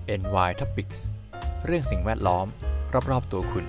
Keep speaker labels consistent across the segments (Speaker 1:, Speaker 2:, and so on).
Speaker 1: NY Topics เรื่องสิ่งแวดล้อมรอบๆตัวคุณ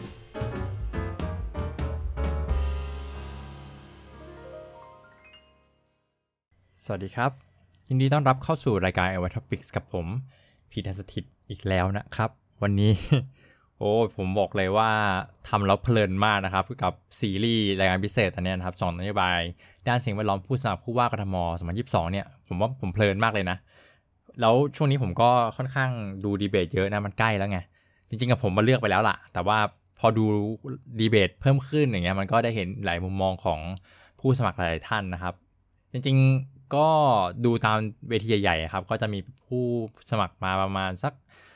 Speaker 1: สวัสดีครับยินดีต้อนรับเข้าสู่รายการ NY Topics กับผมพีทัศถิตอีกแล้วนะครับวันนี้ ผมบอกเลยว่าทำแล้วเพลินมากนะครับกับซีรีส์รายการพิเศษอันนี้นะครับ2นโยบายด้านสิ่งแวดล้อมผู้สมัครผู้ว่ากทม2022เนี่ยผมว่าผมเพลินมากเลยนะแล้วช่วงนี้ผมก็ค่อนข้างดูดีเบตเยอะนะมันใกล้แล้วไงจริงๆกับผมมาเลือกไปแล้วล่ะแต่ว่าพอดูดีเบตเพิ่มขึ้นอย่างเงี้ยมันก็ได้เห็นหลายมุมมองของผู้สมัครหลายท่านนะครับจริงๆก็ดูตามเวทีใหญ่ๆครับก็จะมีผู้สมัครมาประมาณสัก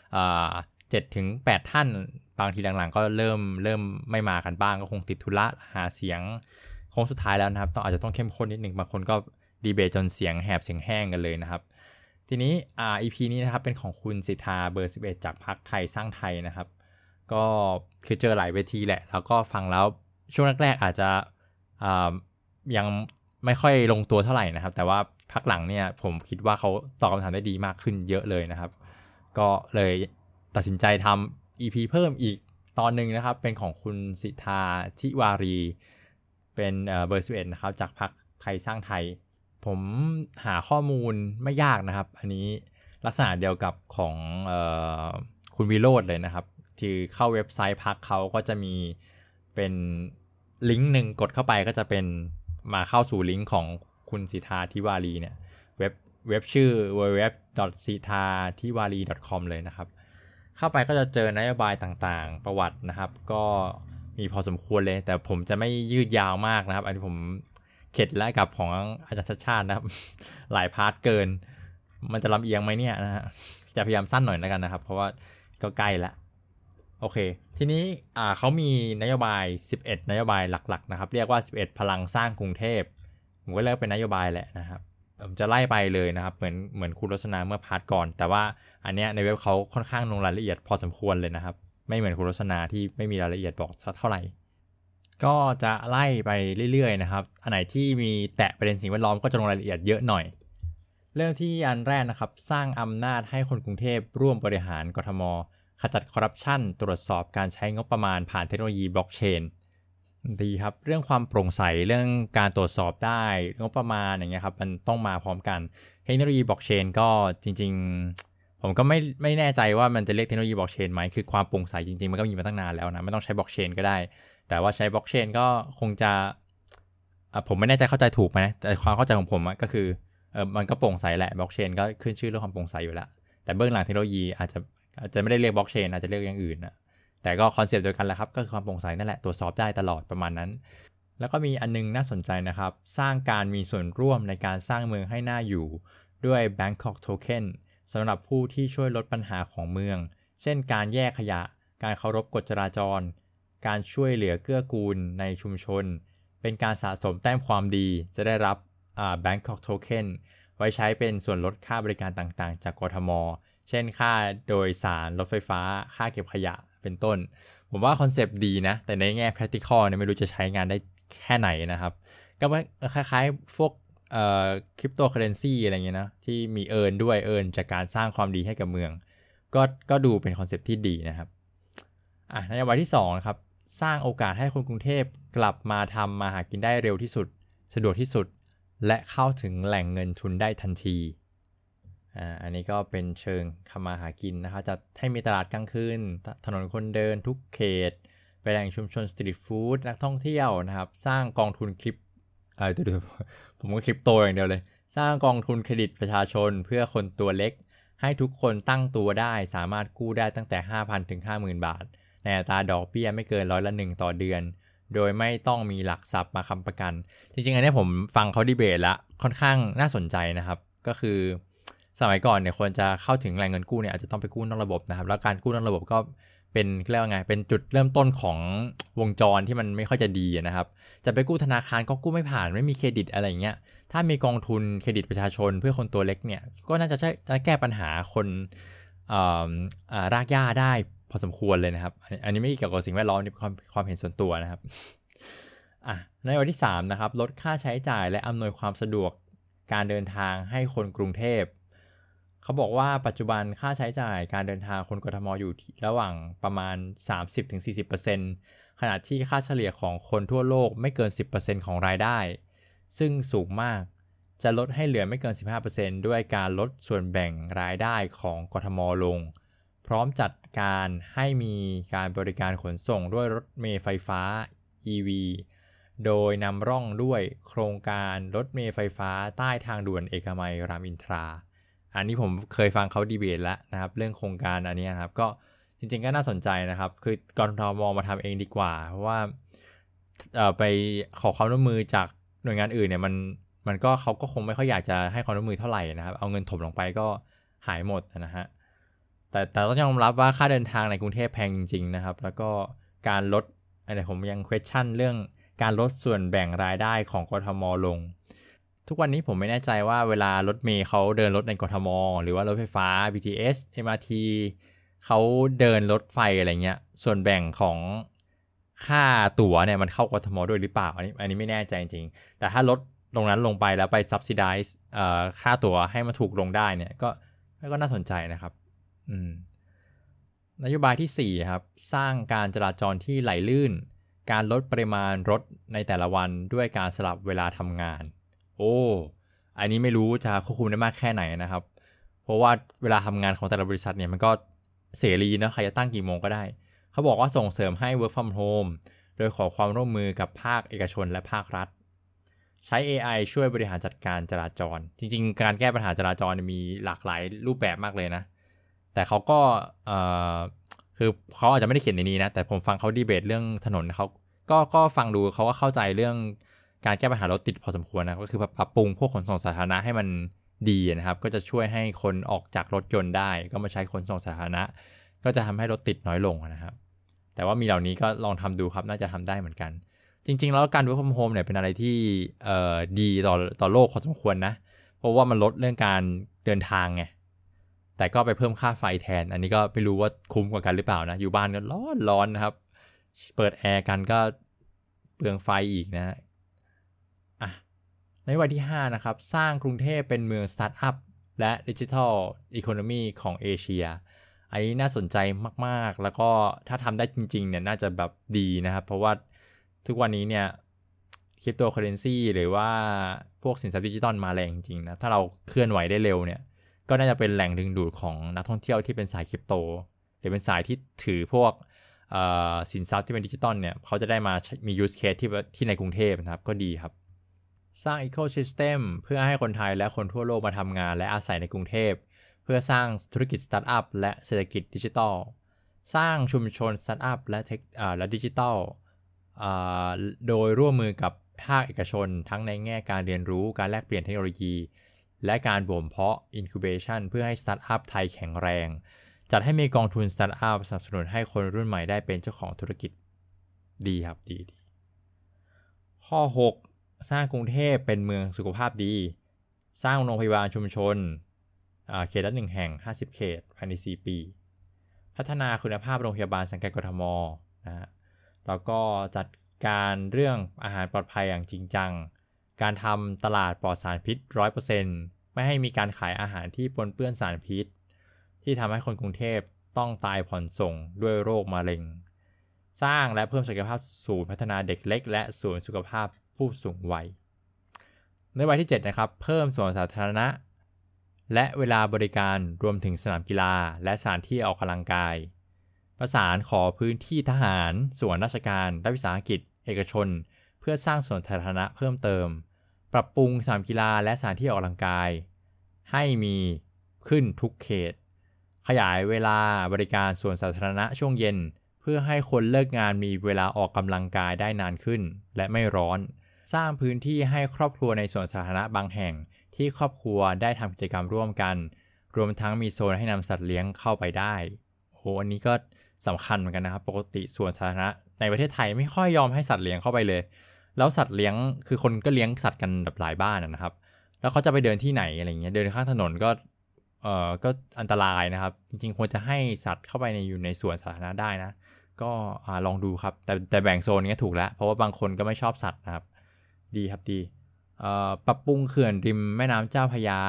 Speaker 1: 7-8 ท่านบางทีหลังๆก็เริ่มไม่มากันบ้างก็คงติดธุระหาเสียงโค้งสุดท้ายแล้วนะครับอาจจะต้องเข้มข้นนิดนึงบางคนก็ดีเบตจนเสียงแหบเสียงแห้งกันเลยนะครับทีนี้EP นี้นะครับเป็นของคุณสิทธาเบอร์11จากพรรคไทยสร้างไทยนะครับก็คือเจอหลายเวทีแหละแล้วก็ฟังแล้วช่วงแรกๆอาจจะยังไม่ค่อยลงตัวเท่าไหร่นะครับแต่ว่าพักหลังเนี่ยผมคิดว่าเขาตอบคำถามได้ดีมากขึ้นเยอะเลยนะครับก็เลยตัดสินใจทำ EP เพิ่มอีกตอนหนึ่งนะครับเป็นของคุณสิทธาธิวารีเป็นเบอร์11นะครับจากพรรคไทยสร้างไทยผมหาข้อมูลไม่ยากนะครับอันนี้ลักษณะเดียวกับของคุณวิโรจน์เลยนะครับที่เข้าเว็บไซต์พรรคเขาก็จะมีเป็นลิงก์หนึ่งกดเข้าไปก็จะเป็นมาเข้าสู่ลิงก์ของคุณสิทธาธิวารีเนี่ยเว็บชื่อ www.sithathiwari.com เลยนะครับเข้าไปก็จะเจอนโยบายต่างๆประวัตินะครับก็มีพอสมควรเลยแต่ผมจะไม่ยืดยาวมากนะครับอันนี้ผมเข็ดแล้วกับของอาจารย์ชัชชาตินะครับ หลายพาร์ทเกินมันจะลำเอียงไหมเนี่ยนะฮะจะพยายามสั้นหน่อยแล้วกันนะครับเพราะว่าก็ใกล้แล้วโอเคทีนี้เขามีนโยบาย11นโยบายหลักๆนะครับเรียกว่า11พลังสร้างกรุงเทพผมก็เรียกเป็นนโยบายแหละนะครับผมจะไล่ไปเลยนะครับเหมือนคุณรสนาเมื่อพาร์ทก่อนแต่ว่าอันเนี้ยในเว็บเขาค่อนข้างลงรายละเอียดพอสมควรเลยนะครับไม่เหมือนคุณรสนาที่ไม่มีรายละเอียดบอกสักเท่าไหร่ก็จะไล่ไปเรื่อยๆนะครับอันไหนที่มีแตะประเด็นสิ่งแวดล้อมก็จะลงรายละเอียดเยอะหน่อยเรื่องที่อันแรกนะครับสร้างอำนาจให้คนกรุงเทพร่วมบริหารกทมขจัดคอร์รัปชันตรวจสอบการใช้งบประมาณผ่านเทคโนโลยีบล็อกเชนดีครับเรื่องความโปร่งใสเรื่องการตรวจสอบได้งบประมาณอย่างเงี้ยครับมันต้องมาพร้อมกันเทคโนโลยีบล็อกเชนก็จริงๆผมก็ไม่แน่ใจว่ามันจะเรียกเทคโนโลยีบล็อกเชนไหมคือความโปร่งใสจริงๆมันก็มีมาตั้งนานแล้วนะไม่ต้องใช้บล็อกเชนก็ได้แต่ว่าใช้บล็อกเชนก็คงจะผมไม่แน่ใจเข้าใจถูกไหมแต่ความเข้าใจของผมก็คือมันก็โปร่งใสแหละบล็อกเชนก็ขึ้นชื่อเรื่องความโปร่งใสอยู่แล้วแต่เบื้องหลังเทคโนโลยีอาจจะไม่ได้เรียกบล็อกเชนอาจจะเรียกอย่างอื่นนะแต่ก็คอนเซปต์เดียวกันแหละครับก็คือความโปร่งใสนั่นแหละตรวจสอบได้ตลอดประมาณนั้นแล้วก็มีอันนึงน่าสนใจนะครับสร้างการมีส่วนร่วมในการสร้างเมืองให้น่าอยู่ด้วย Bangkok Token สำหรับผู้ที่ช่วยลดปัญหาของเมืองเช่นการแยกขยะการเคารพกฎจราจรการช่วยเหลือเกื้อกูลในชุมชนเป็นการสะสมแต้มความดีจะได้รับBangkok Token ไว้ใช้เป็นส่วนลดค่าบริการต่างๆจากกทมเช่นค่าโดยสารรถไฟฟ้าค่าเก็บขยะเป็นต้นผมว่าคอนเซปต์ดีนะแต่ในแง่ practical เนี่ยไม่รู้จะใช้งานได้แค่ไหนนะครับก็คล้ายๆพวกคริปโตเคอเรนซีอะไรเงี้ยนะที่มีเอิร์นด้วยเอิร์นจากการสร้างความดีให้กับเมืองก็ดูเป็นคอนเซปต์ที่ดีนะครับนโยบายที่2นะครับสร้างโอกาสให้คนกรุงเทพกลับมาทำมาหากินได้เร็วที่สุดสะดวกที่สุดและเข้าถึงแหล่งเงินทุนได้ทันทีอันนี้ก็เป็นเชิงทำมาหากินนะครับจะให้มีตลาดกลางคืนถนนคนเดินทุกเขตไปแหล่งชุมชนสตรีทฟู้ดนักท่องเที่ยวนะครับสร้างกองทุนคลิปผมก็คลิปโตอย่างเดียวเลยสร้างกองทุนเครดิตประชาชนเพื่อคนตัวเล็กให้ทุกคนตั้งตัวได้สามารถกู้ได้ตั้งแต่ 5,000 ถึง 50,000 บาทในอัตราดอกเบี้ยไม่เกิน1%ต่อเดือนโดยไม่ต้องมีหลักทรัพย์มาค้ำประกันจริงๆอันนี้ผมฟังเขาดีเบตแล้วค่อนข้างน่าสนใจนะครับก็คือสมัยก่อนเนี่ยควรจะเข้าถึงแหล่งเงินกู้เนี่ยอาจจะต้องไปกู้นอกระบบนะครับแล้วการกู้นอกระบบก็เป็นเรียกว่าไงเป็นจุดเริ่มต้นของวงจรที่มันไม่ค่อยจะดีนะครับจะไปกู้ธนาคารก็กู้ไม่ผ่านไม่มีเครดิตอะไรอย่างเงี้ยถ้ามีกองทุนเครดิตประชาชนเพื่อคนตัวเล็กเนี่ยก็น่าจะแก้ปัญหาคนรากหญ้าได้พอสมควรเลยนะครับอันนี้ไม่เกี่ยวกับสิ่งแวดล้อมนี่เป็นความเห็นส่วนตัวนะครับในวันที่3นะครับลดค่าใช้จ่ายและอำนวยความสะดวกการเดินทางให้คนกรุงเทพเขาบอกว่าปัจจุบันค่าใช้จ่ายการเดินทางคนกทมอยู่ที่ระหว่างประมาณ 30-40% ขณะที่ค่าเฉลี่ยของคนทั่วโลกไม่เกิน 10% ของรายได้ซึ่งสูงมากจะลดให้เหลือไม่เกิน 15% ด้วยการลดส่วนแบ่งรายได้ของกทมลงพร้อมจัดการให้มีการบริการขนส่งด้วยรถเมล์ไฟฟ้า EV โดยนำร่องด้วยโครงการรถเมล์ไฟฟ้าใต้ทางด่วนเอกมัยรามอินทราอันนี้ผมเคยฟังเขาดีเบตแล้วนะครับเรื่องโครงการอันนี้นะครับก็จริงๆก็น่าสนใจนะครับคือกทมมาทำเองดีกว่าเพราะว่าไปขอความร่วมมือจากหน่วยงานอื่นเนี่ยมันก็เขาก็คงไม่ค่อยอยากจะให้ความร่วมมือเท่าไหร่นะครับเอาเงินถมลงไปก็หายหมดนะฮะแต่ต้องยอมรับว่าค่าเดินทางในกรุงเทพแพงจริงๆนะครับแล้วก็การลดอะไรผมยัง question เรื่องการลดส่วนแบ่งรายได้ของกทมลงทุกวันนี้ผมไม่แน่ใจว่าเวลารถเมล์เขาเดินรถในกทมหรือว่ารถไฟฟ้า BTS MRT เขาเดินรถไฟอะไรเงี้ยส่วนแบ่งของค่าตั๋วเนี่ยมันเข้ากทมด้วยหรือเปล่าอันนี้ไม่แน่ใจจริงแต่ถ้าลดตรงนั้นลงไปแล้วไป subsidize ค่าตั๋วให้มันถูกลงได้เนี่ยก็น่าสนใจนะครับนโยบายที่4ครับสร้างการจราจรที่ไหลลื่นการลดปริมาณรถในแต่ละวันด้วยการสลับเวลาทำงานอันนี้ไม่รู้จะควบคุมได้มากแค่ไหนนะครับเพราะว่าเวลาทำงานของแต่ละบริษัทเนี่ยมันก็เสรีนะใครจะตั้งกี่โมงก็ได้เขาบอกว่าส่งเสริมให้ work from home โดยขอความร่วมมือกับภาคเอกชนและภาครัฐใช้ AI ช่วยบริหารจัดการจราจรจริงๆการแก้ปัญหาจราจรมีหลากหลายรูปแบบมากเลยนะแต่เขาก็คือเขาอาจจะไม่ได้เขียนในนี้นะแต่ผมฟังเขาดีเบตเรื่องถนนเขาก็ฟังดูเขาก็เข้าใจเรื่องการแก้ปัญหารถติดพอสมควรนะก็คือปรับปรุงพวกขนส่งสาธารณะให้มันดีนะครับก็จะช่วยให้คนออกจากรถยนต์ได้ก็มาใช้ขนส่งสาธารณะก็จะทำให้รถติดน้อยลงนะครับแต่ว่ามีเหล่านี้ก็ลองทำดูครับน่าจะทำได้เหมือนกันจริงๆแล้วการ work from home เนี่ยเป็นอะไรที่ดีต่อโลกพอสมควรนะเพราะว่ามันลดเรื่องการเดินทางไงแต่ก็ไปเพิ่มค่าไฟแทนอันนี้ก็ไม่รู้ว่าคุ้มกว่ากันหรือเปล่านะอยู่บ้านก็ร้อนนะครับเปิดแอร์กันก็เปลืองไฟอีกนะนโยบายที่5นะครับสร้างกรุงเทพเป็นเมืองสตาร์ทอัพและดิจิทัลอีโคโนมีของเอเชียอันนี้น่าสนใจมากๆแล้วก็ถ้าทำได้จริงๆเนี่ยน่าจะแบบดีนะครับเพราะว่าทุกวันนี้เนี่ยคริปโตเคอเรนซีหรือว่าพวกสินทรัพย์ดิจิตอลมาแรงจริงนะถ้าเราเคลื่อนไหวได้เร็วเนี่ยก็น่าจะเป็นแหล่งดึงดูดของนักท่องเที่ยวที่เป็นสายคริปโตหรือเป็นสายที่ถือพวกสินทรัพย์ที่เป็นดิจิตอลเนี่ยเขาจะได้มามี use case ที่ในกรุงเทพนะครับก็ดีครับสร้าง ecosystem เพื่อให้คนไทยและคนทั่วโลกมาทำงานและอาศัยในกรุงเทพเพื่อสร้างธุรกิจสตาร์ทอัพและเศรษฐกิจดิจิทัลสร้างชุมชนสตาร์ทอัพและดิจิทัลโดยร่วมมือกับภาคเอกชนทั้งในแง่การเรียนรู้การแลกเปลี่ยนเทคโนโลยีและการบ่มเพาะ incubation เพื่อให้สตาร์ทอัพไทยแข็งแรงจัดให้มีกองทุนสตาร์ทอัพสนับสนุนให้คนรุ่นใหม่ได้เป็นเจ้าของธุรกิจดีครับดีข้อ6สร้างกรุงเทพเป็นเมืองสุขภาพดีสร้างโรงพยาบาลชุมชนเขตละ1แห่ง50เขตภายใน4ปีพัฒนาคุณภาพโรงพยาบาลสังกัดกทมนะฮะแล้วก็จัดการเรื่องอาหารปลอดภัยอย่างจริงจังการทำตลาดปลอดสารพิษ 100% ไม่ให้มีการขายอาหารที่ปนเปื้อนสารพิษที่ทำให้คนกรุงเทพต้องตายผ่อนส่งด้วยโรคมะเร็งสร้างและเพิ่มศักยภาพศูนย์พัฒนาเด็กเล็กและศูนย์สุขภาพผู้สูงวัยนโยบายที่7นะครับเพิ่มสวนสาธารณะและเวลาบริการรวมถึงสนามกีฬาและสถานที่ออกกำลังกายประสานขอพื้นที่ทหารส่วนราชการรัฐวิสาหกิจเอกชนเพื่อสร้างสวนสาธารณะเพิ่มเติมปรับปรุงสนามกีฬาและสถานที่ออกกำลังกายให้มีขึ้นทุกเขตขยายเวลาบริการสวนสาธารณะช่วงเย็นเพื่อให้คนเลิกงานมีเวลาออกกำลังกายได้นานขึ้นและไม่ร้อนสร้างพื้นที่ให้ครอบครัวในสวนสาธารณะบางแห่งที่ครอบครัวได้ทำกิจกรรมร่วมกันรวมทั้งมีโซนให้นำสัตว์เลี้ยงเข้าไปได้อันนี้ก็สำคัญเหมือนกันนะครับปกติสวนสาธารณะในประเทศไทยไม่ค่อยยอมให้สัตว์เลี้ยงเข้าไปเลยแล้วสัตว์เลี้ยงคือคนก็เลี้ยงสัตว์กันแบบหลายบ้านนะครับแล้วเขาจะไปเดินที่ไหนอะไรเงี้ยเดินข้างถนนก็อันตรายนะครับจริงๆควรจะให้สัตว์เข้าไปอยู่ในสวนสาธารณะได้นะก็ลองดูครับแต่แบ่งโซนนี้ถูกแล้วเพราะว่าบางคนก็ไม่ชอบสัตว์นะครับดีครับดีปรับปรุงเขื่อนริมแม่น้ำเจ้าพระยา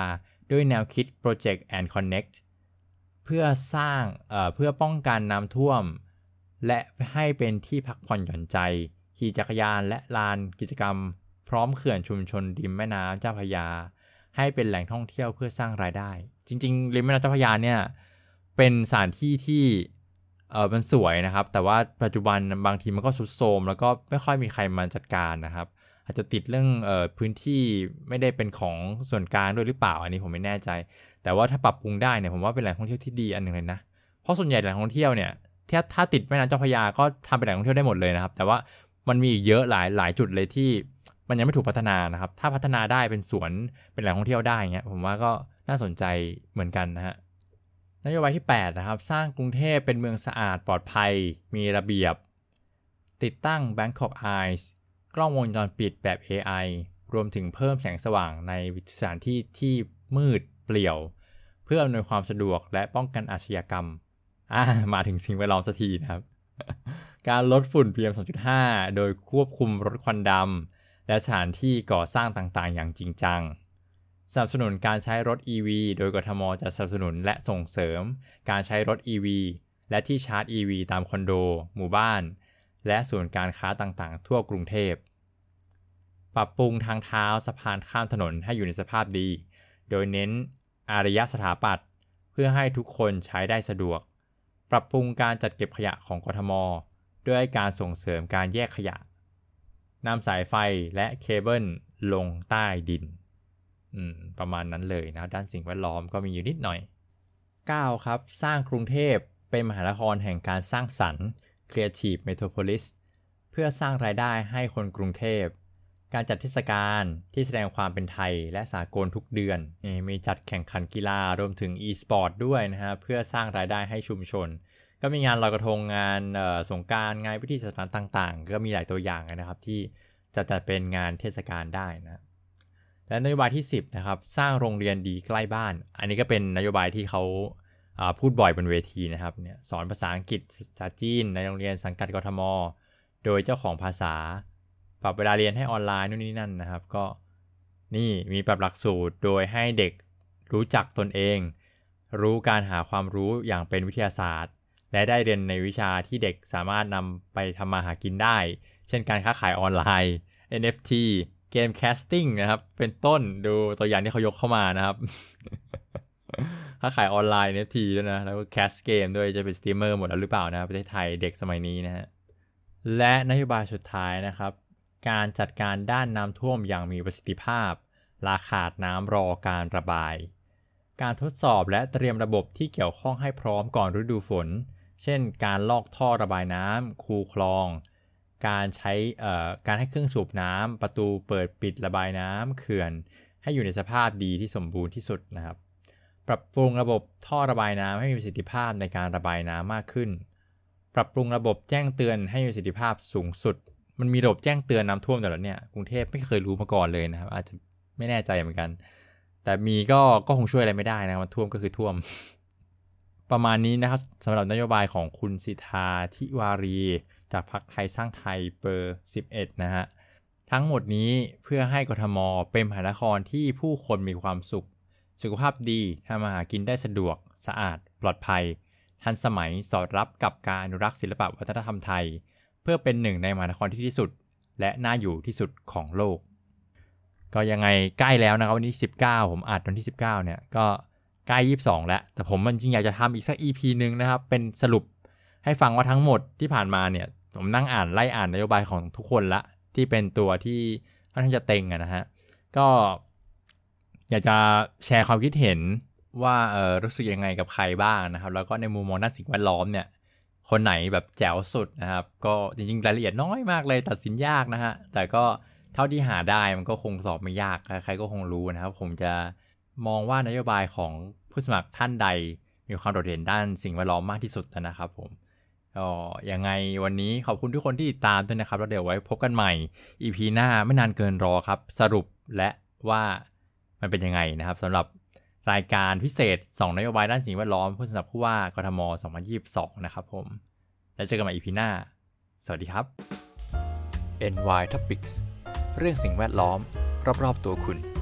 Speaker 1: ด้วยแนวคิด Project and Connect เพื่อสร้างเพื่อป้องกันน้ำท่วมและให้เป็นที่พักผ่อนหย่อนใจขี่จักรยานและลานกิจกรรมพร้อมเขื่อนชุมชนริมแม่น้ำเจ้าพระยาให้เป็นแหล่งท่องเที่ยวเพื่อสร้างรายได้จริงๆริมแม่น้ำเจ้าพระยาเนี่ยเป็นสถานที่ที่มันสวยนะครับแต่ว่าปัจจุบันบางทีมันก็ทรุดโทรมแล้วก็ไม่ค่อยมีใครมาจัดการนะครับอาจจะติดเรื่องพื้นที่ไม่ได้เป็นของส่วนกลางด้วยหรือเปล่าอันนี้ผมไม่แน่ใจแต่ว่าถ้าปรับปรุงได้เนี่ยผมว่าเป็นแหล่งท่องเที่ยวที่ดีอันหนึ่งเลยนะเพราะส่วนใหญ่แหล่งท่องเที่ยวเนี่ยถ้าติดแม่น้ำเจ้าพระยาก็ทำเป็นแหล่งท่องเที่ยวได้หมดเลยนะครับแต่ว่ามันมีอีกเยอะหลายจุดเลยที่มันยังไม่ถูกพัฒนานะครับถ้าพัฒนาได้เป็นสวนเป็นแหล่งท่องเที่ยวได้เงี้ยผมว่าก็น่าสนใจเหมือนกันนะฮะนโยบายที่8นะครับสร้างกรุงเทพเป็นเมืองสะอาดปลอดภัยมีระเบียบติดตั้ง Bangkok Eyes กล้องวงจรปิดแบบ AI รวมถึงเพิ่มแสงสว่างในสถานที่ที่มืดเปลี่ยวเพื่ออำนวยความสะดวกและป้องกันอาชญากรรมมาถึงสิ่งแวดล้อมสักทีนะครับ การลดฝุ่น PM 2.5 โดยควบคุมลดควันดำและสถานที่ก่อสร้างต่างๆอย่างจริงจังสนับสนุนการใช้รถ EV โดยกทม.จะสนับสนุนและส่งเสริมการใช้รถ EV และที่ชาร์จ EV ตามคอนโดหมู่บ้านและศูนย์การค้าต่างๆทั่วกรุงเทพปรับปรุงทางเท้าสะพานข้ามถนนให้อยู่ในสภาพดีโดยเน้นอารยสถาปัตย์เพื่อให้ทุกคนใช้ได้สะดวกปรับปรุงการจัดเก็บขยะของกทม.ด้วยการส่งเสริมการแยกขยะนำสายไฟและเคเบิลลงใต้ดินประมาณนั้นเลยนะด้านสิ่งแวดล้อมก็มีอยู่นิดหน่อย9ครับสร้างกรุงเทพเป็นมหานครแห่งการสร้างสรรค์ Creative Metropolis เพื่อสร้างรายได้ให้คนกรุงเทพการจัดเทศกาลที่แสดงความเป็นไทยและสากลทุกเดือนมีจัดแข่งขันกีฬารวมถึง e-sport ด้วยนะฮะเพื่อสร้างรายได้ให้ชุมชนก็มีงานลอยกระทงงานสงกรานต์งานพิธีสถานต่างๆก็มีหลายตัวอย่างนะครับที่จะจัดเป็นงานเทศกาลได้นะและนโยบายที่10นะครับสร้างโรงเรียนดีใกล้บ้านอันนี้ก็เป็นนโยบายที่เขาพูดบ่อยบนเวทีนะครับเนี่ยสอนภาษาอังกฤษภาษาจีนในโรงเรียนสังกัดกทม.โดยเจ้าของภาษาปรับเวลาเรียนให้ออนไลน์นู่นนี่นั่นนะครับก็นี่มีปรับหลักสูตรโดยให้เด็กรู้จักตนเองรู้การหาความรู้อย่างเป็นวิทยาศาสตร์และได้เรียนในวิชาที่เด็กสามารถนำไปทำมาหากินได้เช่นการค้าขายออนไลน์ NFT เกมแคสติ้งนะครับเป็นต้นดูตัวอย่างที่เขายกเข้ามานะครับ ค้าขายออนไลน์ NFT ด้วยนะแล้วก็แคสเกมด้วยจะเป็นสตรีมเมอร์หมดแล้วหรือเปล่านะประเทศไทยเด็กสมัยนี้นะฮะและนโยบายสุดท้ายนะครับการจัดการด้านน้ำท่วมอย่างมีประสิทธิภาพขาดน้ำรอการระบายการทดสอบและเตรียมระบบที่เกี่ยวข้องให้พร้อมก่อนฤดูฝนเช่นการลอกท่อระบายน้ำคูคลองการใช้การให้เครื่องสูบน้ำประตูเปิดปิดระบายน้ำเขื่อนให้อยู่ในสภาพดีที่สมบูรณ์ที่สุดนะครับปรับปรุงระบบท่อระบายน้ำให้มีประสิทธิภาพในการระบายน้ำมากขึ้นปรับปรุงระบบแจ้งเตือนให้มีประสิทธิภาพสูงสุดมันมีระบบแจ้งเตือนน้ำท่วมแต่ละเนี่ยกรุงเทพไม่เคยรู้มาก่อนเลยนะครับอาจจะไม่แน่ใจเหมือนกันแต่มีก็คงช่วยอะไรไม่ได้นะมันท่วมก็คือท่วม ประมาณนี้นะครับสำหรับนโยบายของคุณสิทธาธิวารีจากพรรคไทยสร้างไทยเบอร์11นะฮะทั้งหมดนี้เพื่อให้กทม.เป็นมหานครที่ผู้คนมีความสุขภาพดีทำมาหากินได้สะดวกสะอาดปลอดภัยทันสมัยสอดรับกับการอนุรักษ์ศิลปวัฒนธรรมไทยเพื่อเป็นหนึ่งในมหานครที่ดีที่สุดและน่าอยู่ที่สุดของโลกก็ยังไงใกล้แล้วนะครับวันนี้19ผมอัดวันที่19เนี่ยก็ใกล้22แล้วแต่ผมจริงอยากจะทำอีกสัก EP นึงนะครับเป็นสรุปให้ฟังว่าทั้งหมดที่ผ่านมาเนี่ยผมนั่งไล่อ่านนโยบายของทุกคนละที่เป็นตัวที่ค่อนข้างจะเต็งนะฮะก็อยากจะแชร์ความคิดเห็นว่ารู้สึกยังไงกับใครบ้างนะครับแล้วก็ในมุมมองด้านสิ่งแวดล้อมเนี่ยคนไหนแบบแจ๋วสุดนะครับก็จริงๆรายละเอียดน้อยมากเลยตัดสินยากนะฮะแต่ก็เท่าที่หาได้มันก็คงสอบไม่ยากใครก็คงรู้นะครับผมจะมองว่านโยบายของผู้สมัครท่านใดมีความโดดเด่นด้านสิ่งแวดล้อมมากที่สุดนะครับผมก็ยังไงวันนี้ขอบคุณทุกคนที่ติดตามด้วยนะครับแล้วเดี๋ยวไว้พบกันใหม่ EP หน้าไม่นานเกินรอครับสรุปและว่ามันเป็นยังไงนะครับสำหรับรายการพิเศษ2นโยบายด้านสิ่งแวดล้อมผู้สมัครผู้ว่ากทม2022นะครับผมแล้วเจอกันใหม่ EP หน้าสวัสดีครับ NY Topics เรื่องสิ่งแวดล้อมรอบๆตัวคุณ